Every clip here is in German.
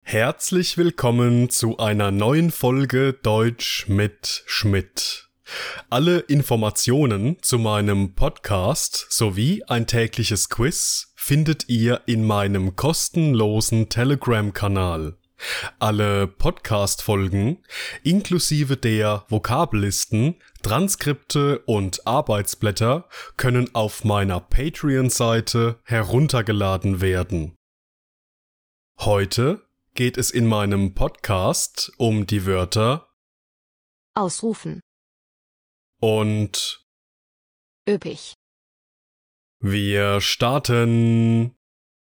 Herzlich willkommen zu einer neuen Folge Deutsch mit Schmidt. Alle Informationen zu meinem Podcast sowie ein tägliches Quiz findet ihr in meinem kostenlosen Telegram-Kanal. Alle Podcast-Folgen inklusive der Vokabellisten, Transkripte und Arbeitsblätter können auf meiner Patreon-Seite heruntergeladen werden. Heute geht es in meinem Podcast um die Wörter ausrufen, und üppig, wir starten.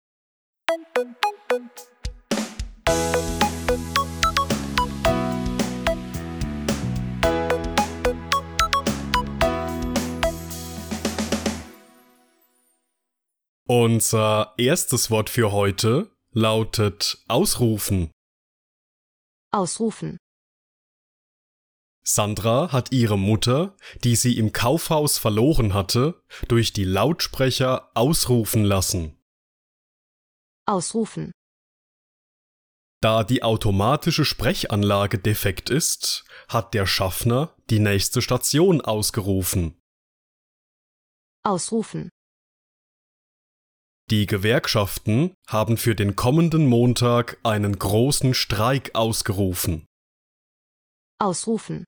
Unser erstes Wort für heute lautet ausrufen. ausrufen, Sandra hat ihre Mutter, die sie im Kaufhaus verloren hatte, durch die Lautsprecher ausrufen lassen. ausrufen, Da die automatische Sprechanlage defekt ist, hat der Schaffner die nächste Station ausgerufen. ausrufen, Die Gewerkschaften haben für den kommenden Montag einen großen Streik ausgerufen. ausrufen,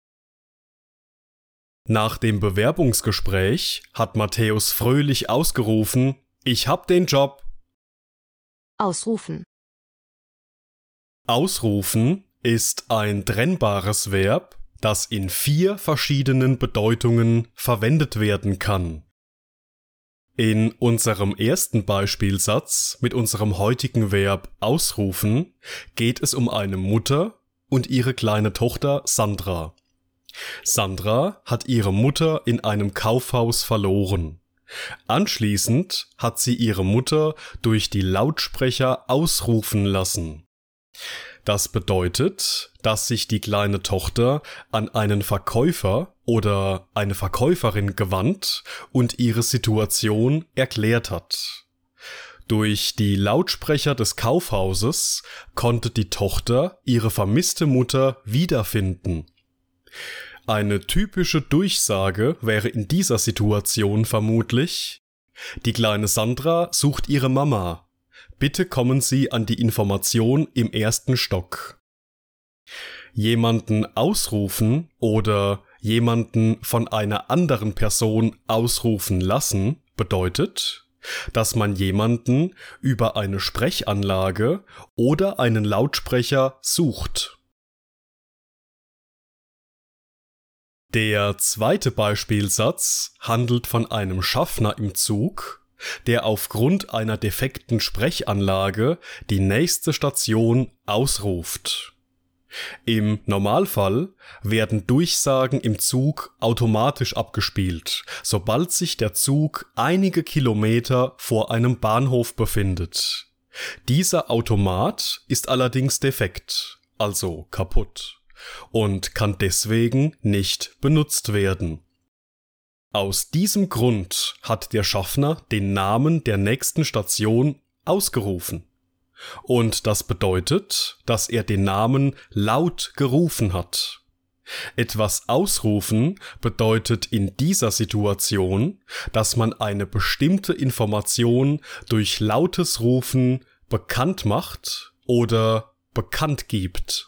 Nach dem Bewerbungsgespräch hat Matthäus Fröhlich ausgerufen: Ich hab den Job. ausrufen, Ausrufen ist ein trennbares Verb, das in 4 verschiedenen Bedeutungen verwendet werden kann. In unserem ersten Beispielsatz mit unserem heutigen Verb ausrufen geht es um eine Mutter und ihre kleine Tochter Sandra. Sandra hat ihre Mutter in einem Kaufhaus verloren. Anschließend hat sie ihre Mutter durch die Lautsprecher ausrufen lassen. Das bedeutet, dass sich die kleine Tochter an einen Verkäufer oder eine Verkäuferin gewandt und ihre Situation erklärt hat. Durch die Lautsprecher des Kaufhauses konnte die Tochter ihre vermisste Mutter wiederfinden. Eine typische Durchsage wäre in dieser Situation vermutlich: Die kleine Sandra sucht ihre Mama. Bitte kommen Sie an die Information im 1. Stock. Jemanden ausrufen oder jemanden von einer anderen Person ausrufen lassen bedeutet, dass man jemanden über eine Sprechanlage oder einen Lautsprecher sucht. Der zweite Beispielsatz handelt von einem Schaffner im Zug, der aufgrund einer defekten Sprechanlage die nächste Station ausruft. Im Normalfall werden Durchsagen im Zug automatisch abgespielt, sobald sich der Zug einige Kilometer vor einem Bahnhof befindet. Dieser Automat ist allerdings defekt, also kaputt, und kann deswegen nicht benutzt werden. Aus diesem Grund hat der Schaffner den Namen der nächsten Station ausgerufen. Und das bedeutet, dass er den Namen laut gerufen hat. Etwas ausrufen bedeutet in dieser Situation, dass man eine bestimmte Information durch lautes Rufen bekannt macht oder bekannt gibt.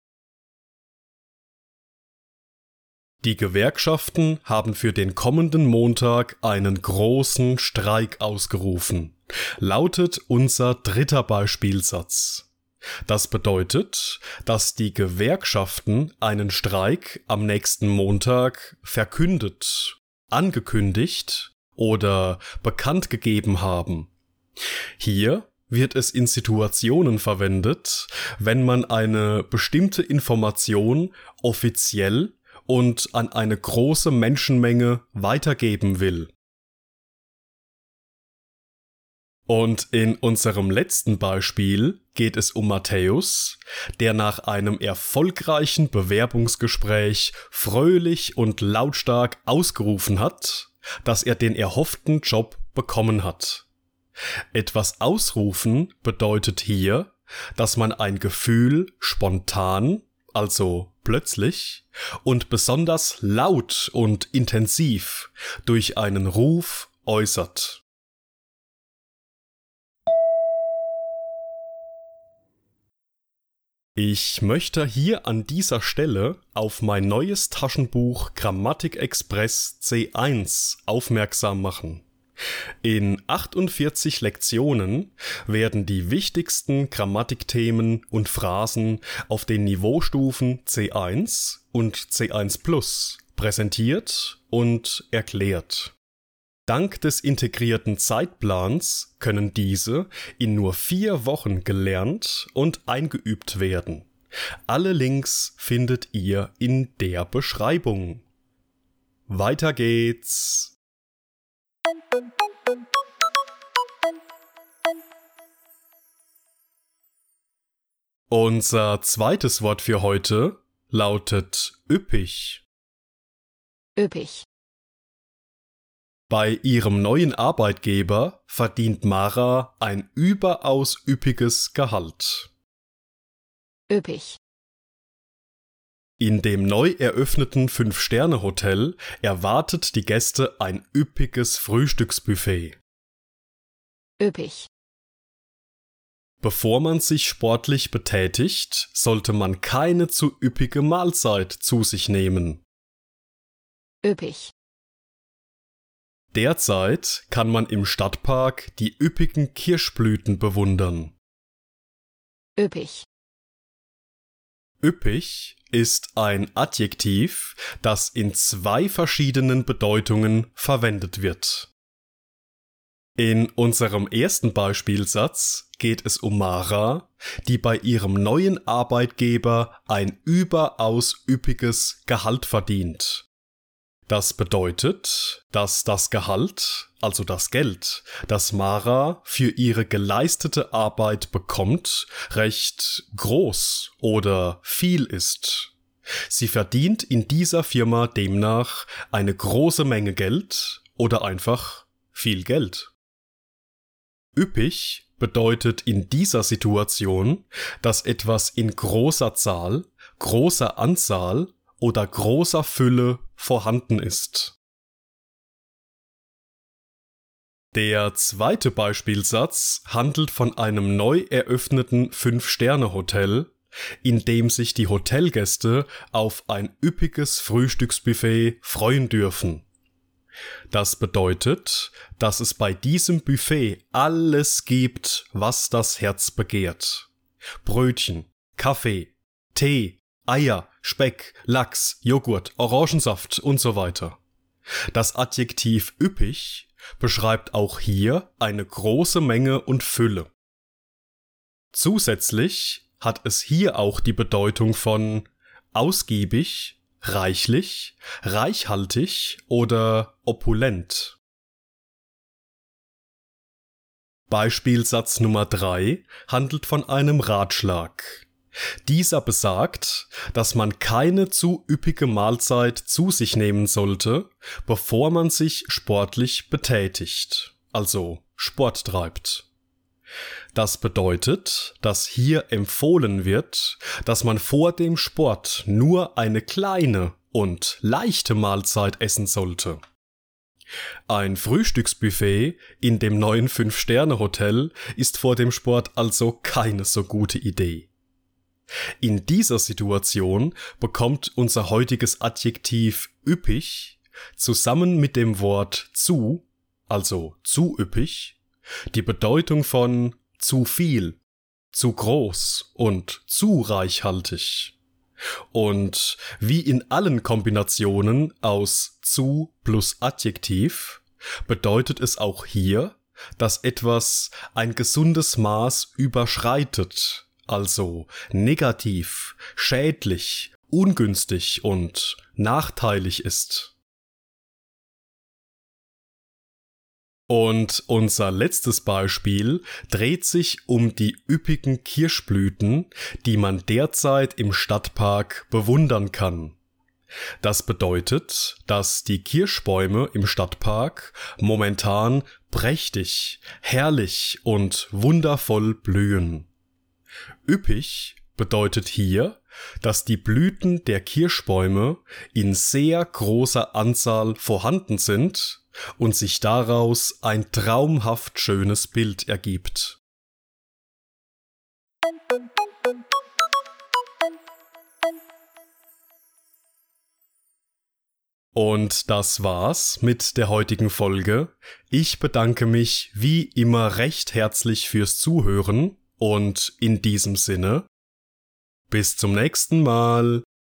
Die Gewerkschaften haben für den kommenden Montag einen großen Streik ausgerufen, lautet unser dritter Beispielsatz. Das bedeutet, dass die Gewerkschaften einen Streik am nächsten Montag verkündet, angekündigt oder bekannt gegeben haben. Hier wird es in Situationen verwendet, wenn man eine bestimmte Information offiziell und an eine große Menschenmenge weitergeben will. Und in unserem letzten Beispiel geht es um Matthäus, der nach einem erfolgreichen Bewerbungsgespräch fröhlich und lautstark ausgerufen hat, dass er den erhofften Job bekommen hat. Etwas ausrufen bedeutet hier, dass man ein Gefühl spontan, also plötzlich, und besonders laut und intensiv durch einen Ruf äußert. Ich möchte hier an dieser Stelle auf mein neues Taschenbuch Grammatikexpress C1 aufmerksam machen. In 48 Lektionen werden die wichtigsten Grammatikthemen und Phrasen auf den Niveaustufen C1 und C1 Plus präsentiert und erklärt. Dank des integrierten Zeitplans können diese in nur 4 Wochen gelernt und eingeübt werden. Alle Links findet ihr in der Beschreibung. Weiter geht's! Unser zweites Wort für heute lautet üppig. Üppig. Bei ihrem neuen Arbeitgeber verdient Mara ein überaus üppiges Gehalt. Üppig. In dem neu eröffneten 5-Sterne-Hotel erwartet die Gäste ein üppiges Frühstücksbuffet. Üppig. Bevor man sich sportlich betätigt, sollte man keine zu üppige Mahlzeit zu sich nehmen. Üppig. Derzeit kann man im Stadtpark die üppigen Kirschblüten bewundern. Üppig. Üppig ist ein Adjektiv, das in 2 verschiedenen Bedeutungen verwendet wird. In unserem ersten Beispielsatz geht es um Mara, die bei ihrem neuen Arbeitgeber ein überaus üppiges Gehalt verdient. Das bedeutet, dass das Gehalt, also das Geld, das Mara für ihre geleistete Arbeit bekommt, recht groß oder viel ist. Sie verdient in dieser Firma demnach eine große Menge Geld oder einfach viel Geld. Üppig bedeutet in dieser Situation, dass etwas in großer Zahl, großer Anzahl oder großer Fülle vorhanden ist. Der zweite Beispielsatz handelt von einem neu eröffneten 5-Sterne-Hotel, in dem sich die Hotelgäste auf ein üppiges Frühstücksbuffet freuen dürfen. Das bedeutet, dass es bei diesem Buffet alles gibt, was das Herz begehrt. Brötchen, Kaffee, Tee, Eier, Speck, Lachs, Joghurt, Orangensaft und so weiter. Das Adjektiv üppig beschreibt auch hier eine große Menge und Fülle. Zusätzlich hat es hier auch die Bedeutung von ausgiebig, reichlich, reichhaltig oder opulent. Beispielsatz Nummer 3 handelt von einem Ratschlag. Dieser besagt, dass man keine zu üppige Mahlzeit zu sich nehmen sollte, bevor man sich sportlich betätigt, also Sport treibt. Das bedeutet, dass hier empfohlen wird, dass man vor dem Sport nur eine kleine und leichte Mahlzeit essen sollte. Ein Frühstücksbuffet in dem neuen 5-Sterne-Hotel ist vor dem Sport also keine so gute Idee. In dieser Situation bekommt unser heutiges Adjektiv üppig zusammen mit dem Wort zu, also zu üppig, die Bedeutung von zu viel, zu groß und zu reichhaltig. Und wie in allen Kombinationen aus zu plus Adjektiv bedeutet es auch hier, dass etwas ein gesundes Maß überschreitet, also negativ, schädlich, ungünstig und nachteilig ist. Und unser letztes Beispiel dreht sich um die üppigen Kirschblüten, die man derzeit im Stadtpark bewundern kann. Das bedeutet, dass die Kirschbäume im Stadtpark momentan prächtig, herrlich und wundervoll blühen. Üppig bedeutet hier, dass die Blüten der Kirschbäume in sehr großer Anzahl vorhanden sind und sich daraus ein traumhaft schönes Bild ergibt. Und das war's mit der heutigen Folge. Ich bedanke mich wie immer recht herzlich fürs Zuhören und in diesem Sinne, bis zum nächsten Mal.